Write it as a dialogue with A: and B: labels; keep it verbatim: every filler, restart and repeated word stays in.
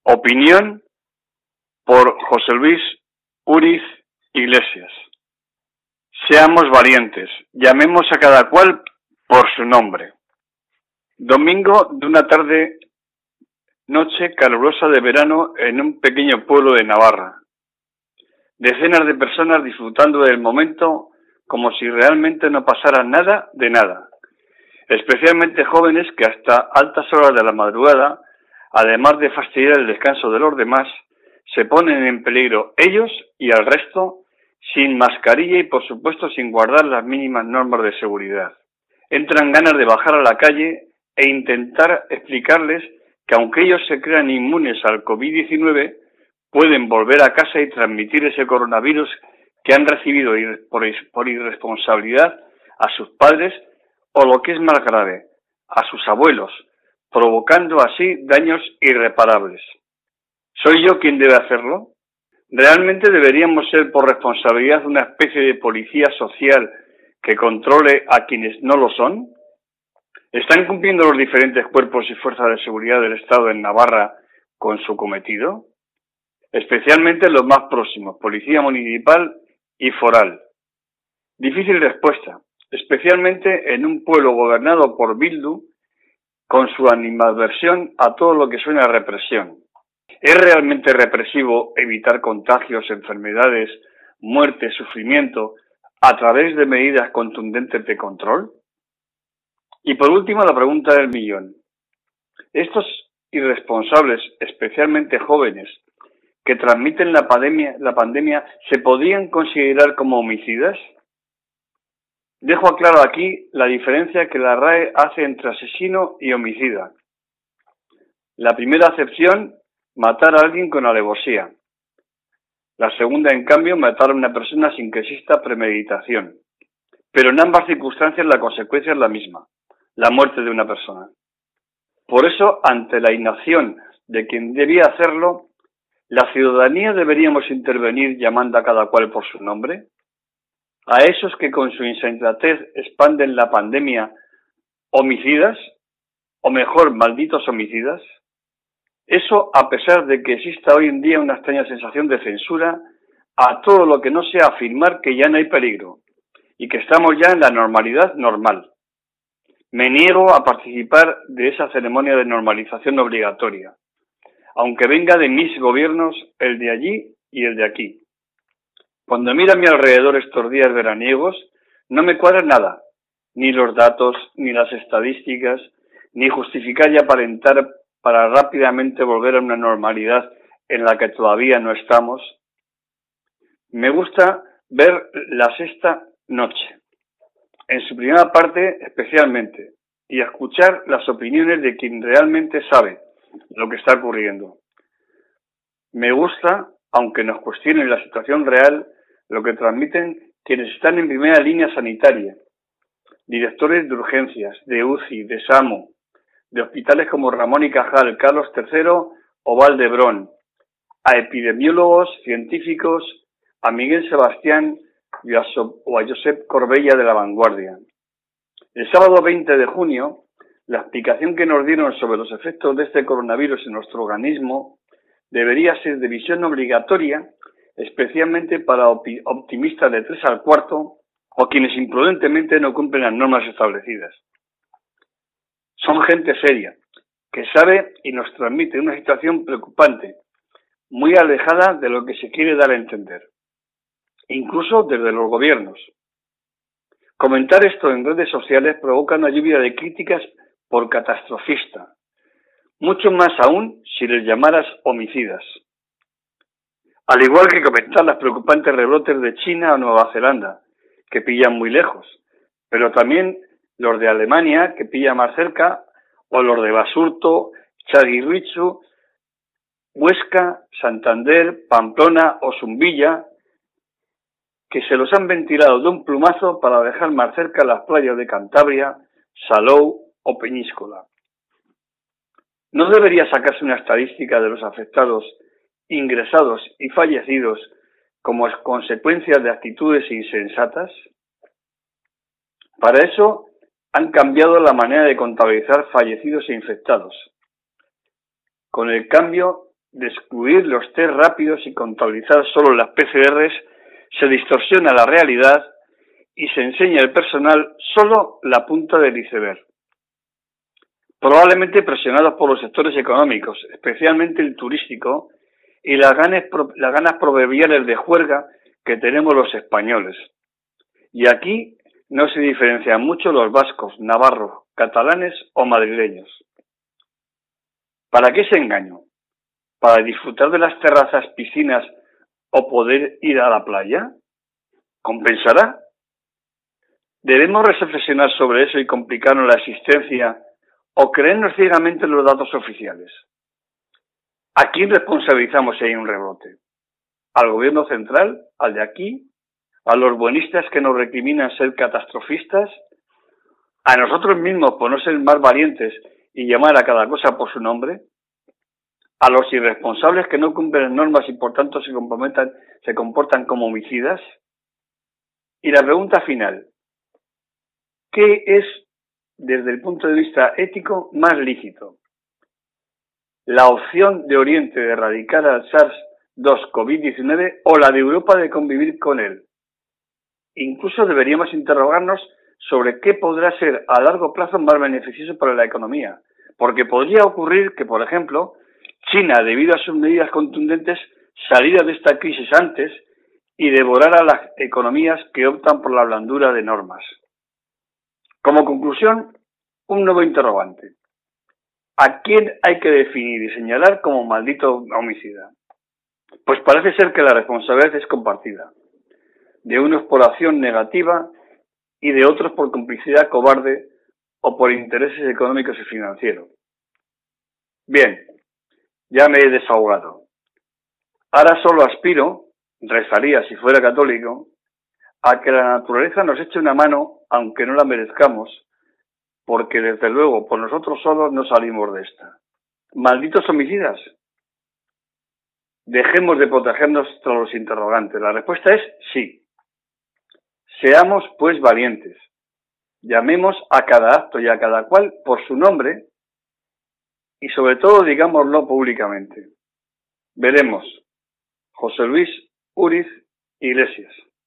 A: Opinión por José Luis Uriz Iglesias. Seamos valientes, llamemos a cada cual por su nombre. Domingo de una tarde, noche calurosa de verano en un pequeño pueblo de Navarra. Decenas de personas disfrutando del momento como si realmente no pasara nada de nada. Especialmente jóvenes que hasta altas horas de la madrugada, además de fastidiar el descanso de los demás, se ponen en peligro ellos y al resto sin mascarilla y por supuesto sin guardar las mínimas normas de seguridad. Entran ganas de bajar a la calle e intentar explicarles que aunque ellos se crean inmunes al COVID diecinueve, pueden volver a casa y transmitir ese coronavirus que han recibido por irresponsabilidad a sus padres o, lo que es más grave, a sus abuelos, provocando así daños irreparables. ¿Soy yo quien debe hacerlo? ¿Realmente deberíamos ser por responsabilidad una especie de policía social que controle a quienes no lo son? ¿Están cumpliendo los diferentes cuerpos y fuerzas de seguridad del Estado en Navarra con su cometido? Especialmente los más próximos, Policía Municipal y Foral. Difícil respuesta, especialmente en un pueblo gobernado por Bildu, con su animadversión a todo lo que suena a represión. ¿Es realmente represivo evitar contagios, enfermedades, muerte, sufrimiento a través de medidas contundentes de control? Y por último, la pregunta del millón. ¿Estos irresponsables, especialmente jóvenes, que transmiten la pandemia, la pandemia, se podrían considerar como homicidas? Dejo claro aquí la diferencia que la R A E hace entre asesino y homicida. La primera acepción, matar a alguien con alevosía. La segunda, en cambio, matar a una persona sin que exista premeditación. Pero en ambas circunstancias la consecuencia es la misma, la muerte de una persona. Por eso, ante la inacción de quien debía hacerlo, ¿la ciudadanía deberíamos intervenir llamando a cada cual por su nombre? ¿A esos que con su insensatez expanden la pandemia, homicidas? O mejor, malditos homicidas. Eso a pesar de que exista hoy en día una extraña sensación de censura a todo lo que no sea afirmar que ya no hay peligro y que estamos ya en la normalidad normal. Me niego a participar de esa ceremonia de normalización obligatoria, aunque venga de mis gobiernos, el de allí y el de aquí. Cuando miro a mi alrededor estos días veraniegos, no me cuadra nada, ni los datos, ni las estadísticas, ni justificar y aparentar para rápidamente volver a una normalidad en la que todavía no estamos. Me gusta ver La Sexta Noche, en su primera parte especialmente, y escuchar las opiniones de quien realmente sabe lo que está ocurriendo. Me gusta, aunque nos cuestionen la situación real, lo que transmiten quienes están en primera línea sanitaria, directores de urgencias, de U C I, de SAMU, de hospitales como Ramón y Cajal, Carlos tercero o Valdebrón, a epidemiólogos, científicos, a Miguel Sebastián y a so- o a Josep Corbella de La Vanguardia. El sábado veinte de junio, la explicación que nos dieron sobre los efectos de este coronavirus en nuestro organismo debería ser de visión obligatoria, especialmente para opi- optimistas de tres al cuarto o quienes imprudentemente no cumplen las normas establecidas. Son gente seria, que sabe y nos transmite una situación preocupante, muy alejada de lo que se quiere dar a entender, incluso desde los gobiernos. Comentar esto en redes sociales provoca una lluvia de críticas por catastrofista, mucho más aún si les llamaras homicidas. Al igual que comentar las preocupantes rebrotes de China o Nueva Zelanda, que pillan muy lejos, pero también los de Alemania, que pillan más cerca, o los de Basurto, Txagirritxu, Huesca, Santander, Pamplona o Zumbilla, que se los han ventilado de un plumazo para dejar más cerca las playas de Cantabria, Salou o Peñíscola. ¿No debería sacarse una estadística de los afectados, ingresados y fallecidos como consecuencia de actitudes insensatas? Para eso han cambiado la manera de contabilizar fallecidos e infectados. Con el cambio de excluir los test rápidos y contabilizar solo las P C Rs, se distorsiona la realidad y se enseña al personal solo la punta del iceberg. Probablemente presionados por los sectores económicos, especialmente el turístico, y las ganas, las ganas proverbiales de juerga que tenemos los españoles. Y aquí no se diferencian mucho los vascos, navarros, catalanes o madrileños. ¿Para qué ese engaño? ¿Para disfrutar de las terrazas, piscinas o poder ir a la playa? ¿Compensará? ¿Debemos reflexionar sobre eso y complicarnos la existencia o creernos ciegamente en los datos oficiales? ¿A quién responsabilizamos si hay un rebrote? ¿Al gobierno central? ¿Al de aquí? ¿A los buenistas que nos recriminan ser catastrofistas? ¿A nosotros mismos por no ser más valientes y llamar a cada cosa por su nombre? ¿A los irresponsables que no cumplen normas y por tanto se comprometan, se comportan como homicidas? Y la pregunta final: ¿qué es, desde el punto de vista ético, más lícito? ¿La opción de Oriente de erradicar al SARS dos COVID diecinueve o la de Europa de convivir con él? Incluso deberíamos interrogarnos sobre qué podrá ser a largo plazo más beneficioso para la economía, porque podría ocurrir que, por ejemplo, China, debido a sus medidas contundentes, saliera de esta crisis antes y devorara las economías que optan por la blandura de normas. Como conclusión, un nuevo interrogante: ¿a quién hay que definir y señalar como maldito homicida? Pues parece ser que la responsabilidad es compartida, de unos por acción negativa y de otros por complicidad cobarde o por intereses económicos y financieros. Bien, ya me he desahogado. Ahora solo aspiro, rezaría si fuera católico, a que la naturaleza nos eche una mano, aunque no la merezcamos, porque desde luego por nosotros solos no salimos de esta. ¿Malditos homicidas? Dejemos de protegernos tras los interrogantes. La respuesta es sí. Seamos pues valientes. Llamemos a cada acto y a cada cual por su nombre y sobre todo digámoslo públicamente. Veremos. José Luis Uriz Iglesias.